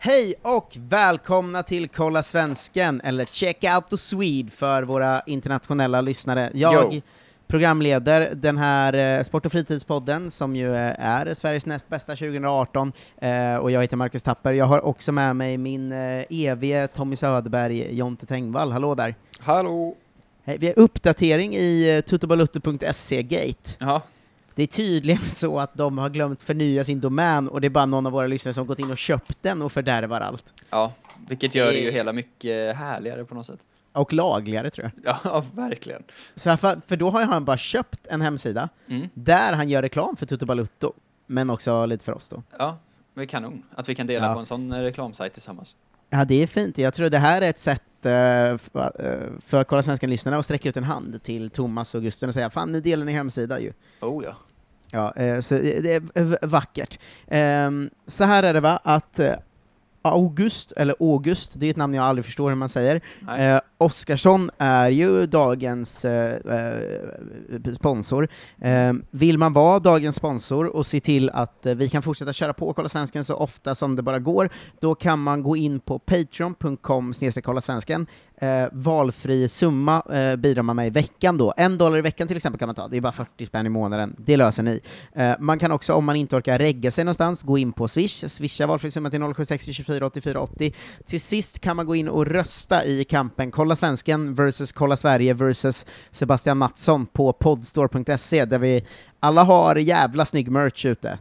Hej och välkomna till Kolla Svensken, eller Check Out the Swede för våra internationella lyssnare. Jag programleder den här sport- och fritidspodden som ju är Sveriges näst bästa 2018, och jag heter Marcus Tapper. Jag har också med mig min evige Tommy Söderberg, Jonte Tengvall. Hallå där! Hallå! Hej, vi har uppdatering i tutobalutto.se-gate. Ja. Det är tydligen så att de har glömt förnya sin domän, och det är bara någon av våra lyssnare som gått in och köpt den och fördärvar allt. Ja, vilket gör det ju hela mycket härligare på något sätt. Och lagligare, tror jag. Ja, verkligen. Så för då har han bara köpt en hemsida där han gör reklam för Tutu Balutto, men också lite för oss då. Ja, det är kanon att vi kan dela på en sån reklamsajt tillsammans. Ja, det är fint. Jag tror det här är ett sätt för Kolla Svensken-lyssnarna att sträcka ut en hand till Thomas och Gusten och säga, fan, nu delar ni hemsida ju. Oh ja. Ja, så det är vackert. Så här är det, va, att August, det är ett namn jag aldrig förstår hur man säger. Oskarsson är ju dagens sponsor. Vill man vara dagens sponsor och se till att vi kan fortsätta köra på Kolla Svensken så ofta som det bara går, då kan man gå in på patreon.com/kollasvensken. Valfri summa bidrar man med i veckan då. $1 i veckan till exempel kan man ta. Det är bara 40 spänn i månaden. Det löser ni. Man kan också, om man inte orkar regga sig någonstans, gå in på Swish. Swisha valfri summa till 0760 24 84 80. Till sist kan man gå in och rösta i kampen Kolla Svensken versus Kolla Sverige versus Sebastian Mattsson på podstore.se, där vi alla har jävla snygg merch ute.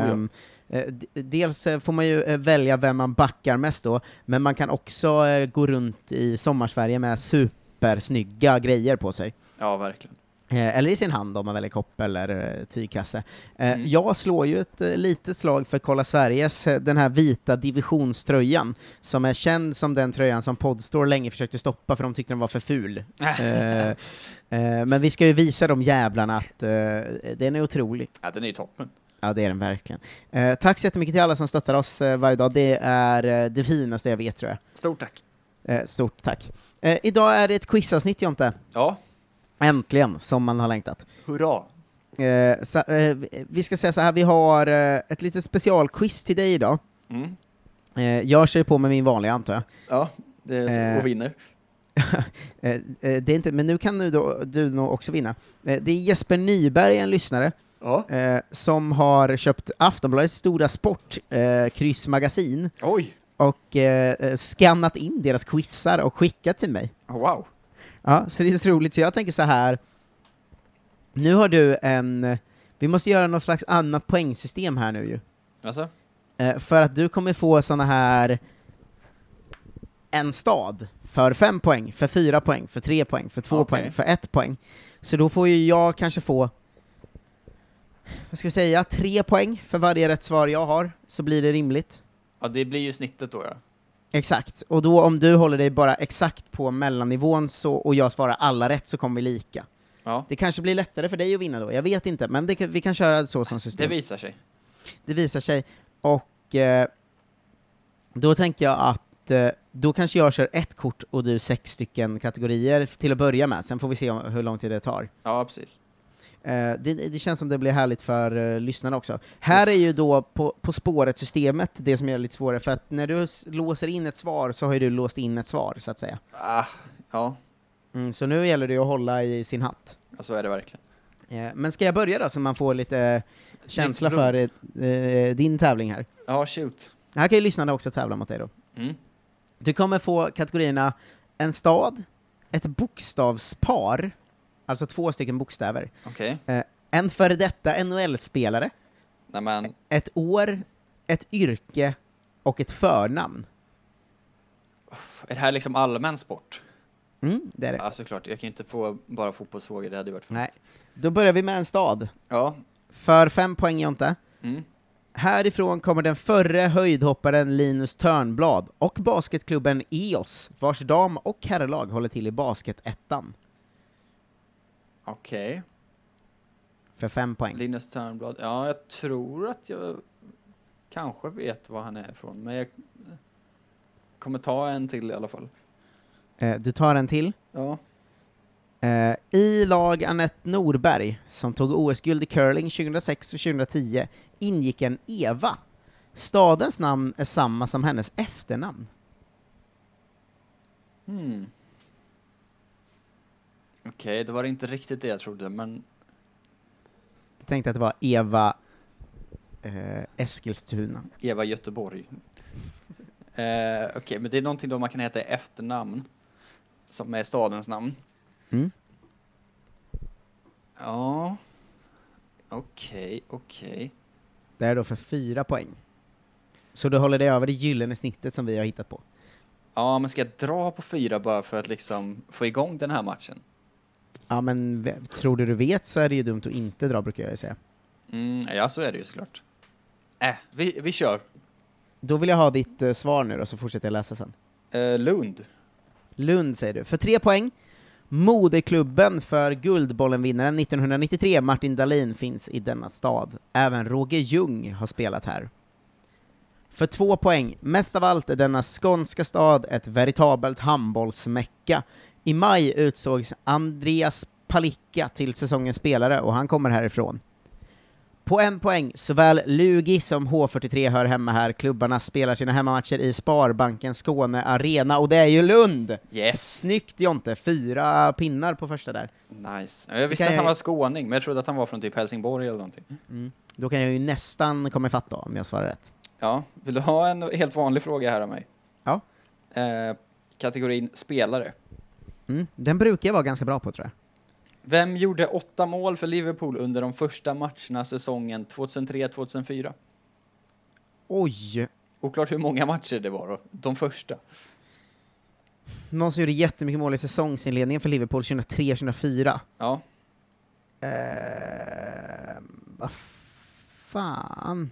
Dels får man ju välja vem man backar mest då, men man kan också gå runt i sommarsverige med supersnygga grejer på sig. Ja, verkligen. Eller i sin hand om man väljer kopp eller tygkasse. Jag slår ju ett litet slag för Kolla Sveriges, den här vita divisionströjan, som är känd som den tröjan som Podstore länge försökte stoppa för de tyckte den var för ful. Men vi ska ju visa de jävlarna att den är otrolig. Ja, den är ju toppen. Ja, det är den verkligen. Tack så jättemycket till alla som stöttar oss varje dag. Det är det finaste jag vet, tror jag. Stort tack. Stort tack. Idag är det ett quizavsnitt, Jonte. Ja. Äntligen, som man har längtat. Hurra! Vi ska säga så här, vi har ett litet specialquiz till dig idag. Jag kör på med min vanliga, antar jag. Ja, det är så, och vinner. Det är inte, men nu kan du nog också vinna. Det är Jesper Nyberg, en lyssnare, som har köpt Aftonbladets stora sport kryssmagasin. Oj! Och skannat in deras quizar och skickat till mig. Wow! Ja, så det är så roligt. Så jag tänker så här, nu har du vi måste göra något slags annat poängsystem här nu ju. Alltså? För att du kommer få såna här, en stad för 5 poäng, för 4 poäng, för 3 poäng, för 2 poäng, för 1 poäng. Så då får ju jag kanske få, vad ska vi säga, 3 poäng för varje rätt svar jag har, så blir det rimligt. Ja, det blir ju snittet då, ja. Exakt, och då om du håller dig bara exakt på mellannivån och jag svarar alla rätt, så kommer vi lika. Ja. Det kanske blir lättare för dig att vinna då, jag vet inte, men vi kan köra så som system. Det visar sig. Och då tänker jag att då kanske jag kör 1 kort och du 6 stycken kategorier till att börja med, sen får vi se hur lång tid det tar. Ja, precis. Det känns som det blir härligt för lyssnarna också. Här är ju då på spåret-systemet det som är lite svårare, för att när du låser in ett svar så har ju du låst in ett svar, så att säga. Ja. Så nu gäller det att hålla i sin hatt. Ja, så är det verkligen. Men ska jag börja då, så man får lite känsla för din tävling här? Ja, shoot. Här kan ju lyssnarna också tävla mot dig då. Du kommer få kategorierna en stad, ett bokstavspar, alltså 2 stycken bokstäver. Okej. En före detta NHL-spelare. Nämen. Ett år, ett yrke och ett förnamn. Är det här liksom allmän sport? Det är det. Ja, såklart. Jag kan inte få bara fotbollsfrågor, det hade ju varit för. Nej. Då börjar vi med en stad. Ja. För 5 poäng, Jonte. Härifrån kommer den förre höjdhopparen Linus Törnblad och basketklubben EOS, vars dam- och herrlag håller till i basketettan. Okej. För 5 poäng. Linus Törnblad. Ja, jag tror att jag kanske vet var han är ifrån, men jag kommer ta en till i alla fall. Du tar en till? Ja. I lag Anette Norberg, som tog OS-guld i curling 2006 och 2010, ingick en Eva. Stadens namn är samma som hennes efternamn. Okej, det var inte riktigt det jag trodde, men... Jag tänkte att det var Eva Eskilstuna. Eva Göteborg. Okej, men det är någonting då man kan heta i efternamn, som är stadens namn. Mm. Ja. Okej. Det är då för 4 poäng. Så du håller dig över det gyllene snittet som vi har hittat på. Ja, men ska jag dra på 4 bara för att liksom få igång den här matchen? Ja, men tror du vet så är det ju dumt att inte dra, brukar jag säga. Ja, så är det ju såklart. Vi kör. Då vill jag ha ditt svar nu då, så fortsätter jag läsa sen. Lund. Lund säger du. För 3 poäng. Moderklubben för Guldbollen-vinnaren 1993, Martin Dahlin, finns i denna stad. Även Roger Ljung har spelat här. För 2 poäng. Mest av allt är denna skånska stad ett veritabelt handbollsmäcka. I maj utsågs Andreas Palicka till säsongens spelare och han kommer härifrån. På 1 poäng, såväl Lugi som H43 hör hemma här. Klubbarna spelar sina hemmamatcher i Sparbanken Skåne Arena, och det är ju Lund! Yes! Snyggt Jonte, 4 pinnar på första där. Nice. Jag visste att han var skåning, men jag trodde att han var från typ Helsingborg eller någonting. Då kan jag ju nästan komma ifatt då, om jag svarar rätt. Ja, vill du ha en helt vanlig fråga här av mig? Ja. Kategorin spelare. Den brukar jag vara ganska bra på, tror jag. Vem gjorde 8 mål för Liverpool under de första matcherna säsongen 2003-2004? Oj! Oklart hur många matcher det var då, de första. Någon som gjorde jättemycket mål i säsongsinledningen för Liverpool 2003-2004. Ja. Vad fan?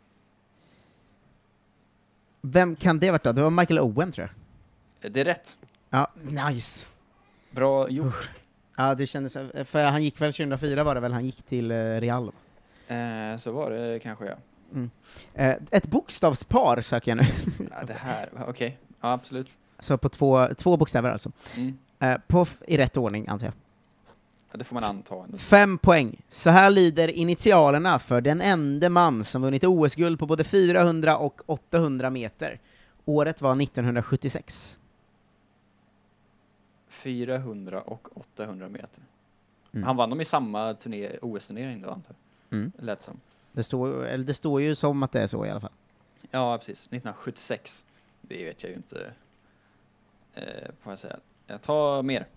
Vem kan det vara då? Det var Michael Owen, tror jag. Det är rätt. Ja, nice. Bra gjort. Ja, det kändes, för han gick väl 2004 var det väl, han gick till Real. Så var det kanske, ja. Ett bokstavspar söker jag nu. Ja, det här, okej. Ja, absolut. Så på två bokstäver alltså. I rätt ordning, antar jag. Ja, det får man anta ändå. 5 poäng. Så här lyder initialerna för den enda man som vunnit OS-guld på både 400 och 800 meter. Året var 1976. 400 och 800 meter. Han vann dem i samma OS-turnering då, antar jag. Lät som. Det står ju som att det är så i alla fall. Ja, precis. 1976. Det vet jag ju inte. Får jag säga. Jag tar mer.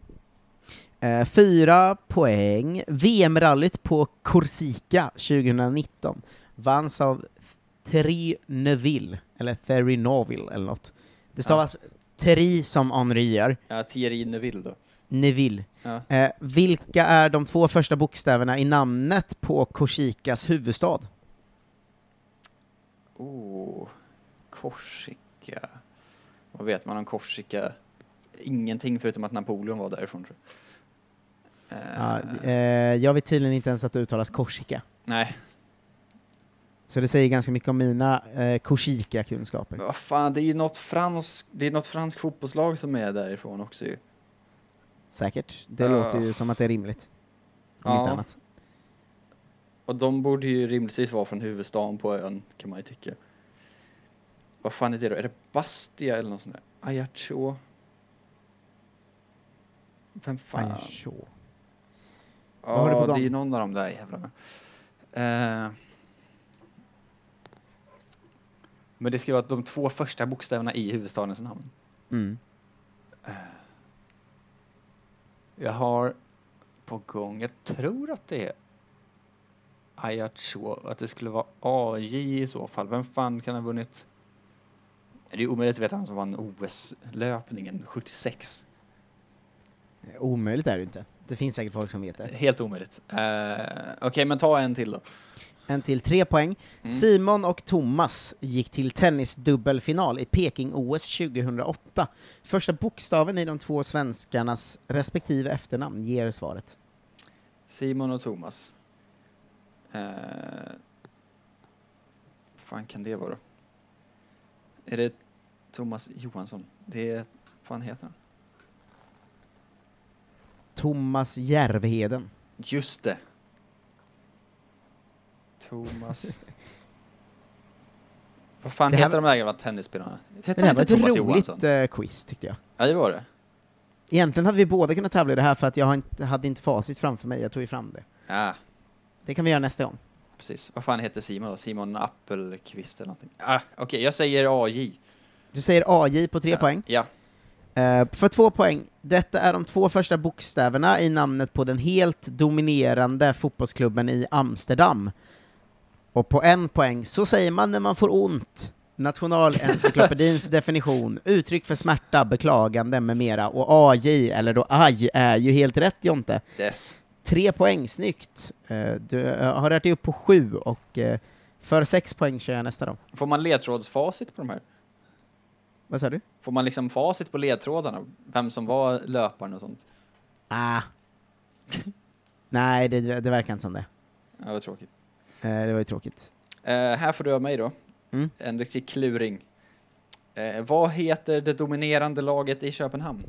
4 poäng. VM-rallyt på Korsika 2019 vanns av Thierry Neuville, eller Thierry Neuville eller något. Det stavas Thierry som Henri gör. Ja, Thierry Neuville då. Neuville. Ja. Vilka är de 2 första bokstäverna i namnet på Korsikas huvudstad? Korsika. Vad vet man om Korsika? Ingenting förutom att Napoleon var därifrån, tror jag. Jag vet tydligen inte ens att det uttalas Korsika. Nej. Så det säger ganska mycket om mina Korsika-kunskaper. Vad fan, det är något franskt fotbollslag som är därifrån också ju. Säkert. Det låter ju som att det är rimligt. Om inte annat. Och de borde ju rimligtvis vara från huvudstaden på ön, kan man ju tycka. Vad fan är det då? Är det Bastia eller något sånt där? Ajaccio? Vem fan? Ajaccio. Ja, det är ju någon av de där jävlarna. Men det ska vara de 2 första bokstäverna i huvudstadens namn. Jag har på gång, jag tror att det är Ajaccio, att det skulle vara AJ i så fall. Vem fan kan ha vunnit? Det är omöjligt att veta han som vann OS-löpningen 76. Omöjligt är det inte. Det finns säkert folk som vet det. Helt omöjligt. Okej, men ta en till då. En till 3 poäng. Simon och Thomas gick till tennisdubbelfinal i Peking-OS 2008. Första bokstaven i de 2 svenskarnas respektive efternamn ger svaret. Simon och Thomas. Fan kan det vara då? Är det Thomas Johansson? Det är, fan heter han? Thomas Järvheden. Just det. Thomas Vad fan heter de där gamla tennisspelarna? Det här var ett Thomas roligt Johansson? quiz, tyckte jag. Ja, det var det. Egentligen hade vi båda kunnat tävla i det här, för att jag hade inte facit framför mig, jag tog ju fram det. Ja, Det kan vi göra nästa gång. precis. Vad fan heter Simon då? Simon Appelqvist eller någonting. Okej, jag säger AJ. Du säger AJ på 3 poäng. Ja. För 2 poäng, detta är de 2 första bokstäverna i namnet på den helt dominerande fotbollsklubben i Amsterdam. Och på 1 poäng, så säger man när man får ont. Nationalencyklopedins definition, uttryck för smärta, beklagande med mera. Och AJ, eller då AJ, är ju helt rätt, Jonte. Yes. 3 poäng, snyggt. Du har rört dig upp på 7, och för 6 poäng kör jag nästa då. Får man ledtrådsfacit på de här? Vad sa du? Får man liksom facit på ledtrådarna? Vem som var löparen och sånt? Nej, det verkar inte som det. Ja, det var tråkigt. Det var ju tråkigt. Här får du av mig då. Mm. En riktig kluring. Vad heter det dominerande laget i Köpenhamn?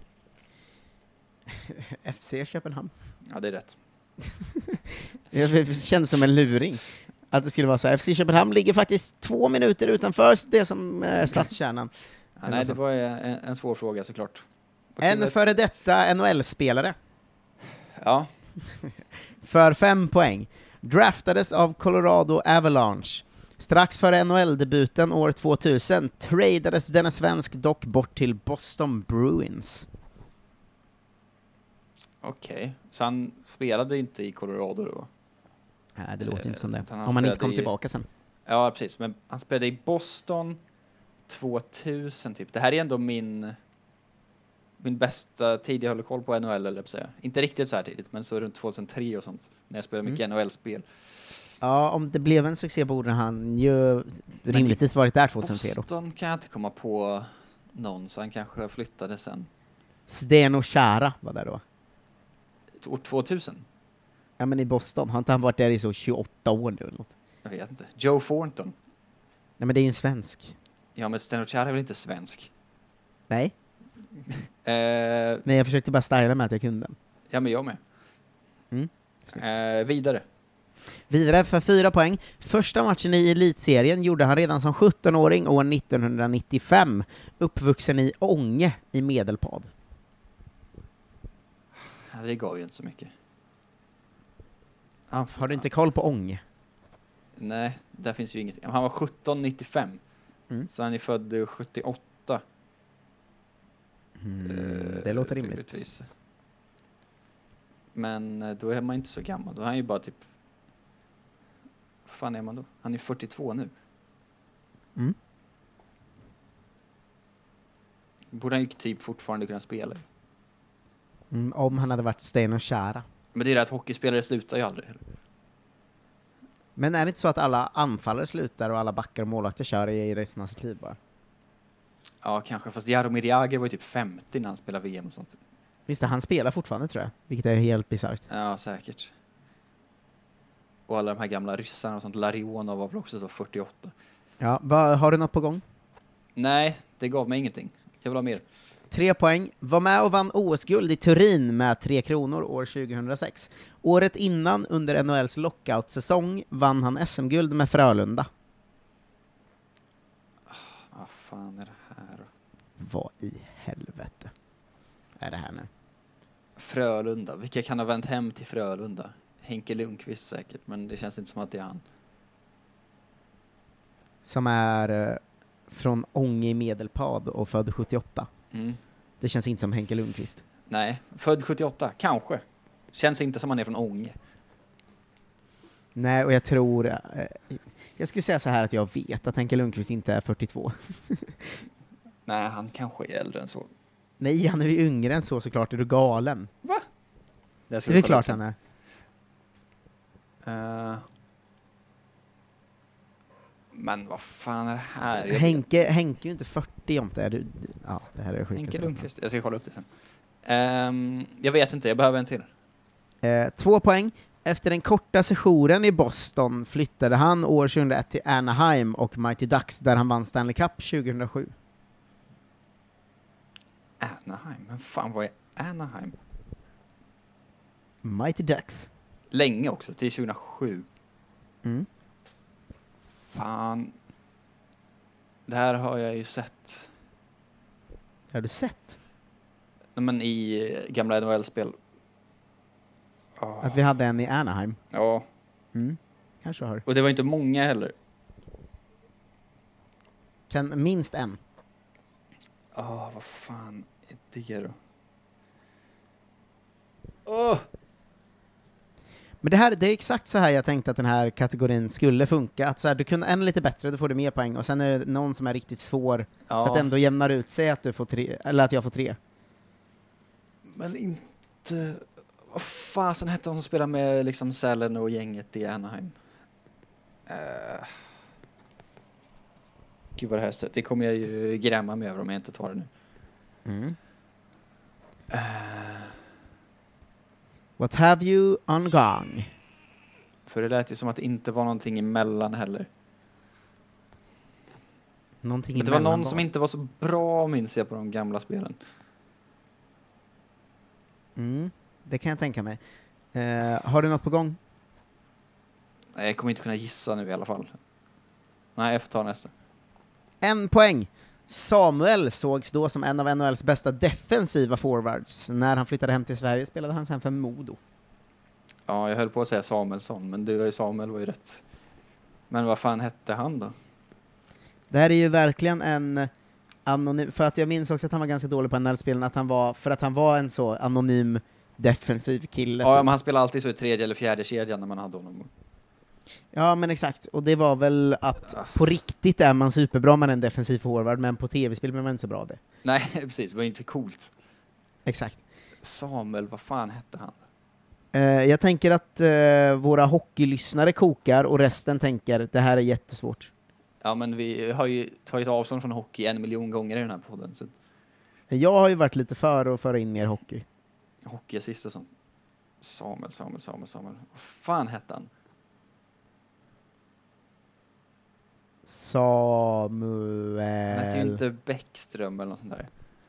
FC Köpenhamn. Ja, det är rätt. Det känns som en luring. Att det skulle vara så här. FC Köpenhamn ligger faktiskt 2 minuter utanför det som stadskärnan. Ja, nej, det var en svår fråga såklart. En före detta NHL-spelare. Ja. För 5 poäng. Draftades av Colorado Avalanche. Strax före NHL-debuten år 2000 tradades denne svensk dock bort till Boston Bruins. Okej. Så han spelade inte i Colorado då? Nej, det låter inte som det. Han Om han inte kom spelade tillbaka sen. Ja, precis. Men han spelade i Boston 2000 typ. Det här är ändå min bästa tid jag håller koll på NHL, eller säga. Inte riktigt så här tidigt, men så runt 2003 och sånt. När jag spelade mycket NHL-spel. Ja, om det blev en succé borde han ju rimligtvis varit där 2003 då. Boston kan jag inte komma på någon, så han kanske flyttade sen. Zdeno Chara var där då. År 2000? Ja, men i Boston. Har inte han varit där i så 28 år nu eller något? Jag vet inte. Joe Thornton? Nej, men det är ju en svensk. Ja, men Zdeno Chara är väl inte svensk? Nej. Nej, jag försökte bara styla med att jag kunde. Ja, men jag med. Vidare. Vidare för 4 poäng. Första matchen i elitserien gjorde han redan som 17-åring år 1995. Uppvuxen i Ånge i Medelpad. Ja, det gav ju inte så mycket. Har du inte koll på Ånge? Nej, där finns ju inget. Han var 1795. Så han är född 78. Det låter rimligt. Rimligtvis. Men då är man inte så gammal. Då är han ju bara typ... Vad fan är man då? Han är 42 nu. Borde han ju typ fortfarande kunna spela. Om han hade varit Zdeno Chara. Men det är det att hockeyspelare slutar ju aldrig. Men är det inte så att alla anfallare slutar och alla backar och målvakter kör i resten av sitt liv bara? Ja, kanske. Fast Jaromir Jagr var ju typ 50 när han spelade VM och sånt. Visst, han spelar fortfarande tror jag. Vilket är helt bisarrt. Ja, säkert. Och alla de här gamla ryssarna och sånt. Larionov var väl också så 48. Ja, har du något på gång? Nej, det gav mig ingenting. Jag vill ha mer. 3 poäng. Var med och vann OS-guld i Turin med 3 kronor år 2006. Året innan, under NHLs lockout-säsong, vann han SM-guld med Frölunda. Vad fan är det här då? Vad i helvete är det här nu? Frölunda. Vilka kan ha vänt hem till Frölunda? Henke Lundqvist säkert, men det känns inte som att det är han. Som är från Ånge i Medelpad och född 78. Det känns inte som Henke Lundqvist. Nej, född 78, kanske. Känns inte som han är från Ånge. Nej, och jag tror... jag skulle säga så här att jag vet att Henke Lundqvist inte är 42. Nej, han kanske är äldre än så. Nej, han är ju yngre än så såklart. Är du galen? Va? Det är klart han är. Men vad fan är det här? Henke är ju inte 40 om det är du. Ja, det här är sjukt. Henke Lundqvist. Jag ska kolla upp det sen. Jag vet inte, jag behöver en till. 2 poäng. Efter den korta sessionen i Boston flyttade han år 2001 till Anaheim och Mighty Ducks där han vann Stanley Cup 2007. Anaheim? Men fan, vad är Anaheim? Mighty Ducks. Länge också, till 2007. Mm. Fan. Det här har jag ju sett. Har du sett? Men i gamla NHL-spel. Att vi hade en i Anaheim? Ja. Kanske har. Och det var inte många heller. Minst en. Vad fan är det då? Men det är exakt så här jag tänkte att den här kategorin skulle funka. Att så här, du kunde en lite bättre, då får du mer poäng. Och sen är det någon som är riktigt svår. Ja. Så att det ändå jämnar ut sig att du får 3, eller att jag får 3. Men inte... Vad fasen hette de som spelar med liksom Sälen och gänget i Anaheim? Gud vad det här stött. Det kommer jag ju grämma mig över om jag inte tar det nu. What have you on gång? För det lät ju som att det inte var någonting emellan heller. Någonting Men det var någon som inte var så bra, minns jag, på de gamla spelen. Det kan jag tänka mig. Har du något på gång? Nej, jag kommer inte kunna gissa nu i alla fall. Nej, jag får ta nästa. 1 poäng. Samuel sågs då som en av NHLs bästa defensiva forwards. När han flyttade hem till Sverige spelade han sen för Modo. Ja, jag höll på att säga Samuelsson, men Samuel var ju rätt. Men vad fan hette han då? Det här är ju verkligen en anonym, för att jag minns också att han var ganska dålig på NHL-spelen, för att han var en så anonym defensiv kille. Ja, typ. men han spelade alltid så i tredje eller fjärde kedjan när man hade honom. Ja, men exakt. Och det var väl att på riktigt är man superbra med en defensiv forward, men på tv-spel blir man inte så bra det. Nej, precis. Det var inte coolt. Exakt. Samuel, vad fan hette han? Jag tänker att våra hockeylyssnare kokar och resten tänker det här är jättesvårt. Ja, men vi har ju tagit avstånd från hockey 1 miljon gånger i den här podden. Så Jag har ju varit lite för att föra in mer hockey. Hockeyassist och sånt. Samuel. Vad fan hette han? Samuel... Han hette ju inte Bäckström eller något sånt där.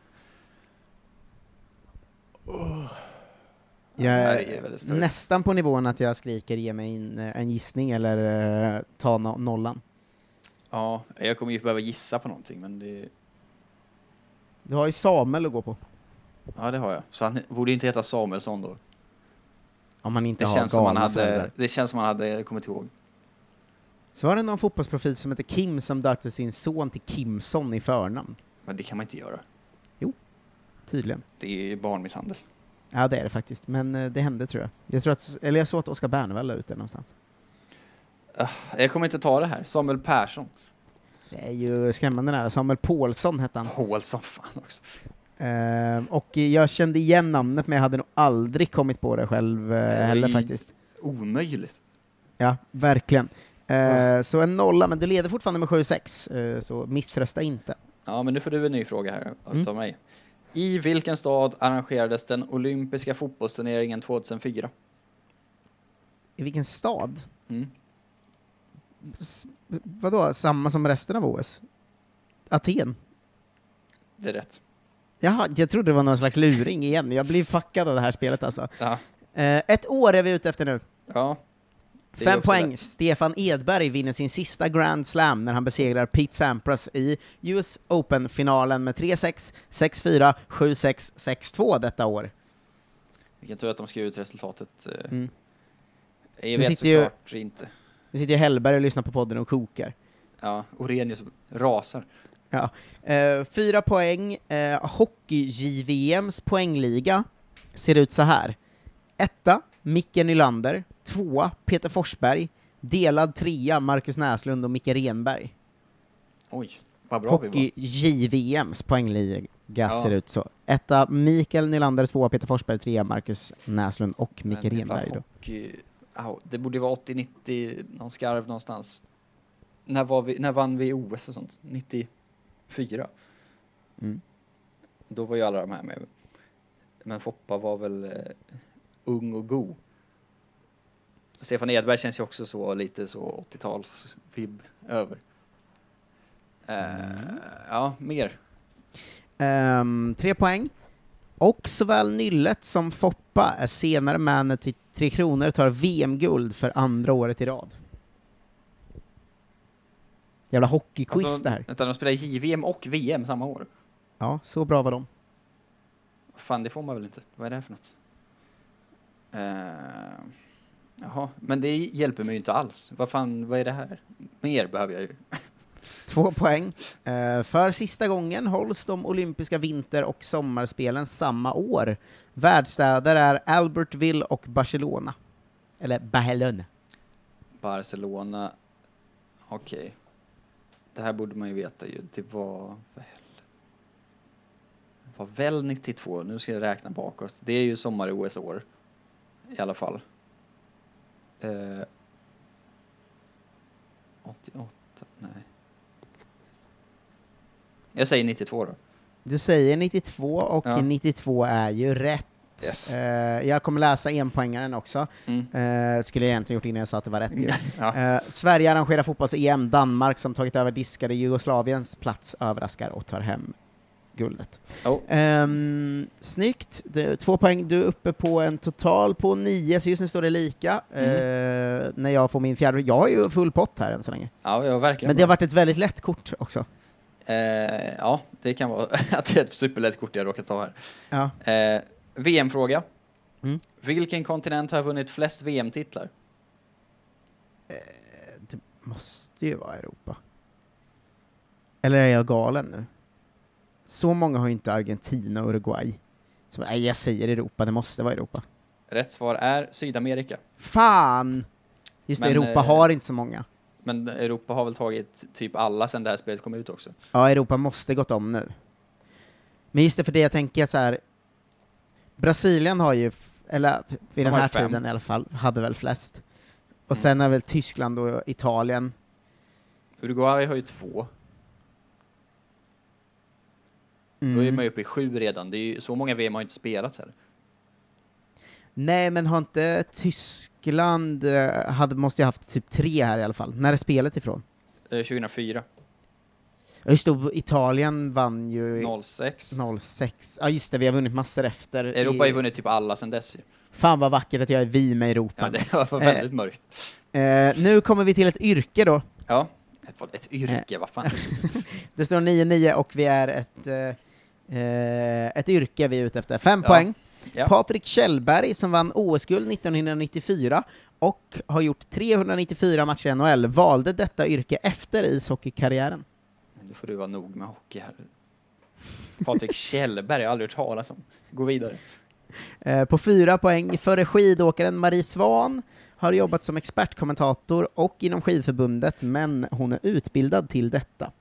Jag är nästan på nivån att jag skriker ge mig en gissning eller ta nollan. Ja, jag kommer ju behöva gissa på någonting, men det... Du har ju Samuel att gå på. Ja, det har jag. Så han borde inte heta Samuelsson då. Om man inte det har känns som föräldrar. Det känns som han hade kommit ihåg. Så var det någon fotbollsprofil som heter Kim som döpte sin son till Kimson i förnamn. Men det kan man inte göra. Jo, tydligen. Det är ju barnmisshandel. Ja, det är det faktiskt. Men det hände, tror jag. Jag såg att Oskar Bernevall la ut det någonstans. Jag kommer inte ta det här. Samuel Persson. Det är ju skrämmande nära. Samuel Paulsson hette han. Paulsson, fan också. Och jag kände igen namnet, men jag hade nog aldrig kommit på det själv heller faktiskt. Omöjligt. Ja, verkligen. Så en nolla, men du leder fortfarande med 7-6, så misströsta inte. Ja, men nu får du en ny fråga här av mig. I vilken stad arrangerades den olympiska fotbollsturneringen 2004? I vilken stad? Mm. Vadå? Samma som resten av OS? Aten? Det är rätt. Jaha, jag trodde det var någon slags luring igen. Jag blir fuckad av det här spelet alltså. Ja. 1 år är vi ute efter nu. Ja. 5 poäng. Stefan Edberg vinner sin sista Grand Slam när han besegrar Pete Sampras i US Open-finalen med 3-6, 6-4, 7-6, 6-2 detta år. Vilken tur att de skrev ut resultatet. Jag Nu vet såklart inte. Nu sitter Hellberg och lyssnar på podden och kokar. Ja, Orenius rasar. Ja. 4 poäng. Hockey-JVMs poängliga ser ut så här. 1. Micke Nylander. 2. Peter Forsberg. Delad 3. Marcus Näslund och Micke Renberg. Oj, vad bra vi var. Hockey-JVMs poängliga ser ut så. 1. Mikael Nylander. 2. Peter Forsberg. 3. Marcus Näslund och Micke Renberg. Det borde vara 80-90, någon skarv någonstans. När vann vi OS och sånt? 94. Då var ju alla de här med. Men Foppa var väl ung och god. Stefan Edberg känns ju också så lite så 80-tals vibb över. Ja, mer. 3 poäng. Och såväl Nyllet som Foppa är senare med när Tre Kronor tar VM-guld för andra året i rad. Jävla hockeyquiz det här. Vänta, de spelar JVM och VM samma år. Ja, så bra var de. Fan, det får man väl inte. Vad är det här för något? Jaha, men det hjälper mig ju inte alls. Vad är det här? Mer behöver jag ju. 2 poäng. För sista gången hålls de olympiska vinter- och sommarspelen samma år. Världsstäder är Albertville och Barcelona. Eller Barcelona. Barcelona. Okej. Det här borde man ju veta ju. Det var väl 92. Nu ska jag räkna bakåt. Det är ju sommar-OS-år. I alla fall. 88. Nej. Jag säger 92 då. Du säger 92 och Ja. 92 är ju rätt. Yes. Jag kommer läsa enpoängaren också. Skulle jag egentligen gjort innan jag sa att det var rätt ju. Ja. Sverige arrangerar fotbolls-EM. Danmark, som tagit över diskade Jugoslaviens plats, överraskar och tar hem guldet. Snyggt. 2 poäng. Du är uppe på en total på 9, så just nu står det lika. När jag får min fjärde. Jag har ju full pott här än så länge. Ja, jag verkligen. Men det har varit ett väldigt lätt kort också. Ja, det kan vara att det är ett superlätt kort jag råkar ta här. Ja. VM-fråga. Vilken kontinent har vunnit flest VM-titlar? Det måste ju vara Europa. Eller är jag galen nu? Så många har ju inte Argentina och Uruguay. Så jag säger Europa, det måste vara Europa. Rätt svar är Sydamerika. Fan! Just det, Men, Europa har inte så många. Men Europa har väl tagit typ alla sedan det här spelet kom ut också. Ja, Europa måste gått om nu. Men just det, för det jag tänker så här. Brasilien har ju, eller vid den här tiden i alla fall, hade väl flest. Och sen är väl Tyskland och Italien. Uruguay har ju 2. Då är man ju uppe i 7 redan. Det är ju, så många VM har inte spelats här. Nej, men har inte Tyskland måste ju haft typ 3 här i alla fall. När är spelet ifrån? 2004. Ja, just det, Italien vann ju 06. 06. Ja, just det, vi har vunnit massor efter. Europa har ju vunnit typ alla sedan dess. Fan vad vackert att jag är vi med Europa. Ja, det var väldigt mörkt. Nu kommer vi till ett yrke då. Ja, ett yrke, vad fan. Det står 9-9 och vi är ett yrke vi är ute efter. 5 poäng. Ja. Patrik Kjellberg, som vann OS-guld 1994 och har gjort 394 matcher i NHL, valde detta yrke efter ishockeykarriären. Nu får du vara nog med hockey här. Patrik Kjellberg, jag har aldrig hört talas om. Gå vidare. På 4 poäng. Före skidåkaren Marie Svan har jobbat som expertkommentator och inom skidförbundet, men hon är utbildad till detta.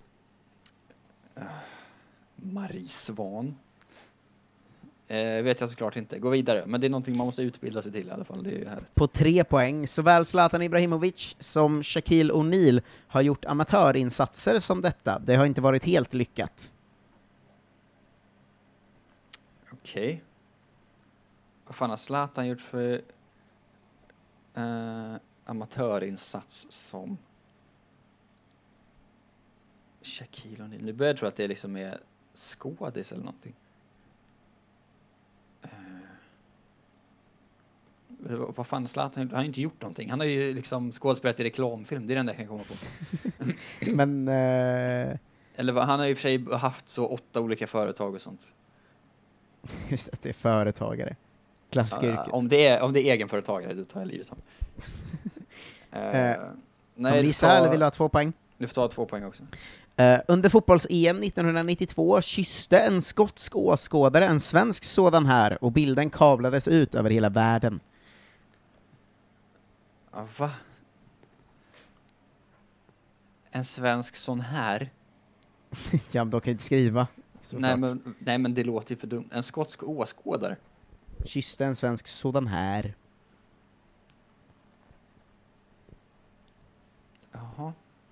Marie Svan. Vet jag såklart inte. Gå vidare. Men det är någonting man måste utbilda sig till i alla fall. Det är ju härligt. På 3 poäng. Såväl Zlatan Ibrahimovic som Shaquille O'Neal har gjort amatörinsatser som detta. Det har inte varit helt lyckat. Okej. Vad fan har Zlatan gjort för amatörinsats som Shaquille O'Neal? Nu börjar jag tro att det liksom är skådis eller någonting. Vad fan, Zlatan, han har ju inte gjort någonting. Han har ju liksom skådespelat i reklamfilm. Det är den där jag kan komma på. Men... Eller han har ju i och för sig haft så 8 olika företag och sånt. Just det, det är företagare. Klassiska yrket. Om det är egenföretagare, då tar jag livet av mig. Nej, du eller vill du ha 2 poäng? Du får ta 2 poäng också. Under fotbolls-EM 1992 kysste en skotsk åskådare en svensk sådan här, och bilden kablades ut över hela världen. Va? En svensk sån här? Ja, men de kan inte skriva. Nej, men det låter ju för dumt. En skotsk åskådare. Kysste en svensk sådan här. Jaha.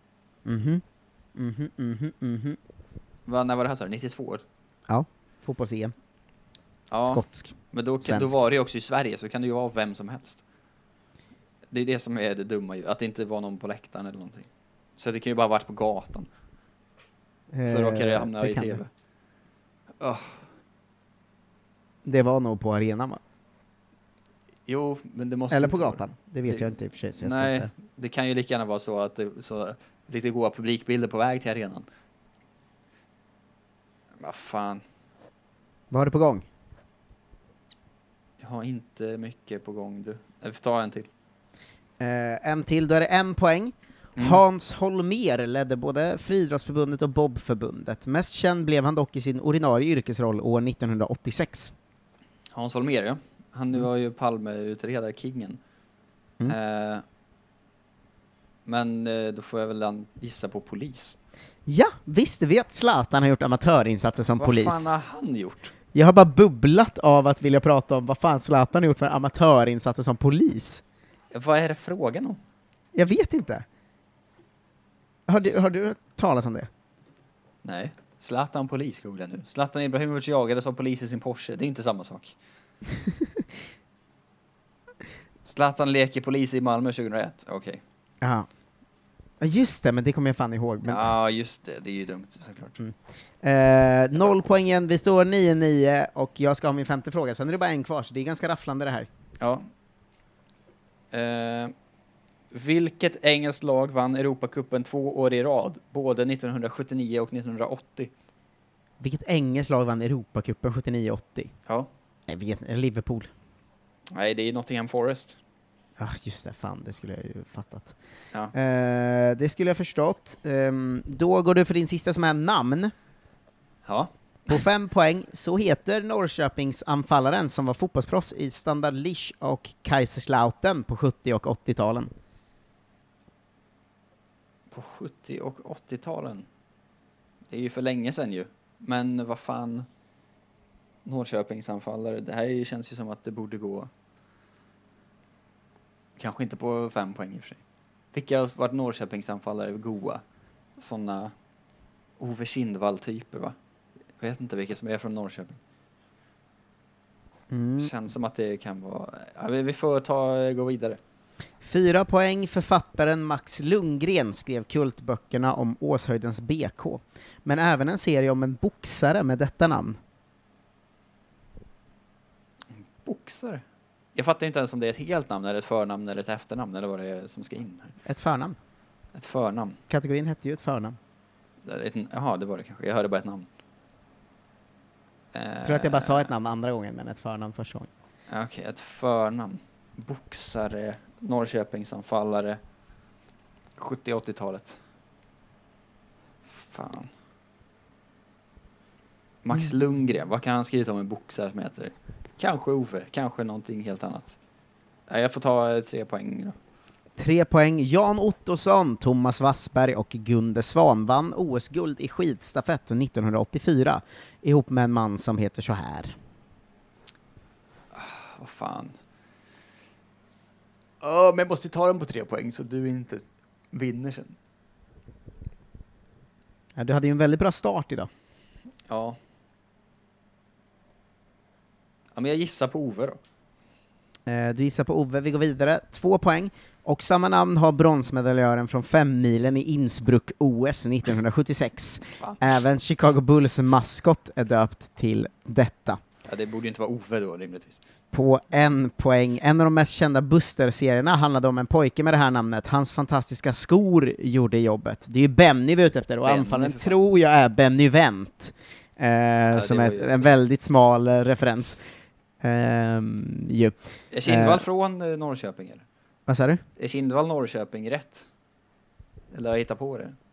När var det här så här? 92? Ja, fotbolls-EM. Ja, skotsk. Men då var det ju också i Sverige, så kan det ju vara vem som helst. Det är det som är det dumma ju, att det inte var någon på läktaren eller någonting. Så det kan ju bara ha varit på gatan. Så råkar det hamna i tv. Det var nog på arenan, va? Jo, men det måste eller på gatan. Det vet jag inte i och för sig. Så nej, det kan ju lika gärna vara så att lite goda publikbilder på väg till arenan. Vad fan. Vad har du på gång? Jag har inte mycket på gång du. Jag får ta en till. En till, då är det 1 poäng. Hans Holmér ledde både Friidrottsförbundet och Bobförbundet. Mest känd blev han dock i sin ordinarie yrkesroll år 1986. Hans Holmér, ja. Han var ju Palme-utredare, kingen. Men då får jag väl gissa på polis. Ja, visst vet Zlatan har gjort amatörinsatser som polis. Vad fan har han gjort? Jag har bara bubblat av att vilja prata om vad fan Zlatan har gjort för amatörinsatser som polis. Vad är det frågan om? Jag vet inte. Har du hört talas om det? Nej. Zlatan polis, googla nu. Zlatan Ibrahimovic jagades av polis i sin Porsche. Det är inte samma sak. Zlatan leker polis i Malmö 2001. Okej. Ja. Just det, men det kommer jag fan ihåg. Men... Ja, just det. Det är ju dumt såklart. 0 poäng igen. Vi står 9-9 och jag ska ha min 5:e fråga. Sen är det bara en kvar, så det är ganska rafflande det här. Ja. Vilket engelskt lag vann Europacupen 2 år i rad, både 1979 och 1980? Vilket engelskt lag vann Europacupen 79-80? Ja. Jag vet inte, Liverpool. Nej, det är Nottingham Forest. Ja, just det, fan, det skulle jag ju fattat. Ja. Det skulle jag förstått. Då går du för din sista som är namn. Ja. På 5 poäng så heter Norrköpings anfallaren som var fotbollsproffs i Standard Liège och Kaiserslautern på 70- och 80-talen. På 70- och 80-talen? Det är ju för länge sedan ju. Men vad fan... Norrköpings anfallare, det här känns ju som att det borde gå... Kanske inte på 5 poäng i och för sig. Vilka har varit Norrköpings anfallare goa? Såna Ove Kindvall-typer, va? Jag vet inte vilka som är från Norrköping. Känns som att det kan vara... Ja, vi får gå vidare. 4 poäng. Författaren Max Lundgren skrev kultböckerna om Åshöjdens BK, men även en serie om en boxare med detta namn. Boxare? Jag fattar inte ens om det är ett helt namn, eller ett förnamn, eller ett efternamn, eller vad det är som ska in här. Ett förnamn. Ett förnamn. Kategorin hette ju ett förnamn. Jaha, det var det kanske. Jag hörde bara ett namn. Jag tror att jag bara sa ett namn andra gången, men ett förnamn första gången. Okej, ett förnamn. Boxare, Norrköpingsanfallare, 70-80-talet. Fan. Max Lundgren, vad kan han skriva om en boxare som heter? Kanske Ove, kanske någonting helt annat. Jag får ta 3 poäng då. 3 poäng. Jan Ottosson, Thomas Wassberg och Gunde Svan vann OS-guld i skidstafett 1984 ihop med en man som heter så här. Vad fan. Men jag måste ta den på 3 poäng så du inte vinner sen. Ja, du hade ju en väldigt bra start idag. Ja. Ja, men jag gissar på Ove då. Du gissar på Ove, vi går vidare. 2 poäng. Och samma namn har bronsmedaljören från 5-milen i Innsbruck OS 1976. Även Chicago Bulls maskot är döpt till detta. Ja, det borde ju inte vara Ove då, rimligtvis. På 1 poäng. En av de mest kända Buster-serierna handlade om en pojke med det här namnet. Hans fantastiska skor gjorde jobbet. Det är ju Benny vi är ute efter, och anfallaren tror jag är Benny Wendt. Som är en väldigt smal referens. Är Kindvall från Norrköping eller? Vad sa du? Är Kindvall Norrköping rätt? Eller har jag hittat på det?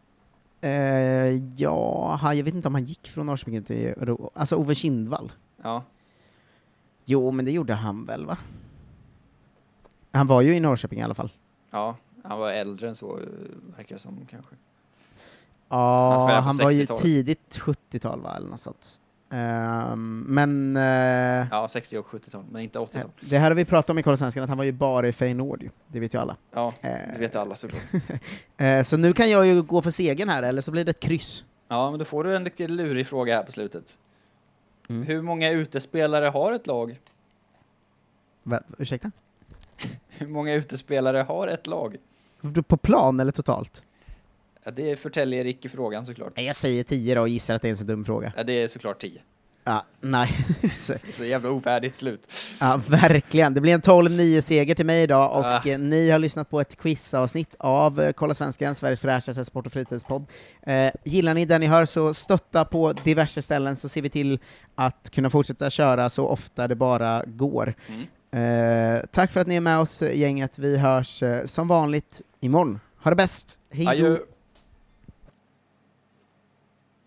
Ja, jag vet inte om han gick från Norrköping till... Alltså Ove Kindvall. Ja. Jo, men det gjorde han väl, va? Han var ju i Norrköping i alla fall. Ja, han var äldre än så, verkar det som kanske. Ja, han var ju tidigt 70-tal, va? Eller något sånt. Men... ja, 60- och 70-tal, men inte 80-tal. Det här har vi pratat om i Kollsvenskan, att han var ju bara i Feyenoord ju. Det vet ju alla. Ja, det vet alla såklart. Så nu kan jag ju gå för segern här, eller så blir det ett kryss. Ja, men då får du en riktigt lurig fråga här på slutet. Hur många utespelare har ett lag? Ursäkta? Hur många utespelare har ett lag? På plan eller totalt? Ja, det förtäljer Rick i frågan såklart. Jag säger 10 då och gissar att det är en så dum fråga. Ja, det är såklart 10. Ja, nej. Så jävla ovärdigt slut. Ja, verkligen. Det blir en 12-9-seger till mig idag, och ni har lyssnat på ett quizavsnitt av Kolla Svensken, Sveriges fräschaste sport- och fritidspodd. Gillar ni det ni hör, så stötta på diverse ställen, så ser vi till att kunna fortsätta köra så ofta det bara går. Tack för att ni är med oss, gänget. Vi hörs som vanligt imorgon. Ha det bäst. Hej då! Adjö.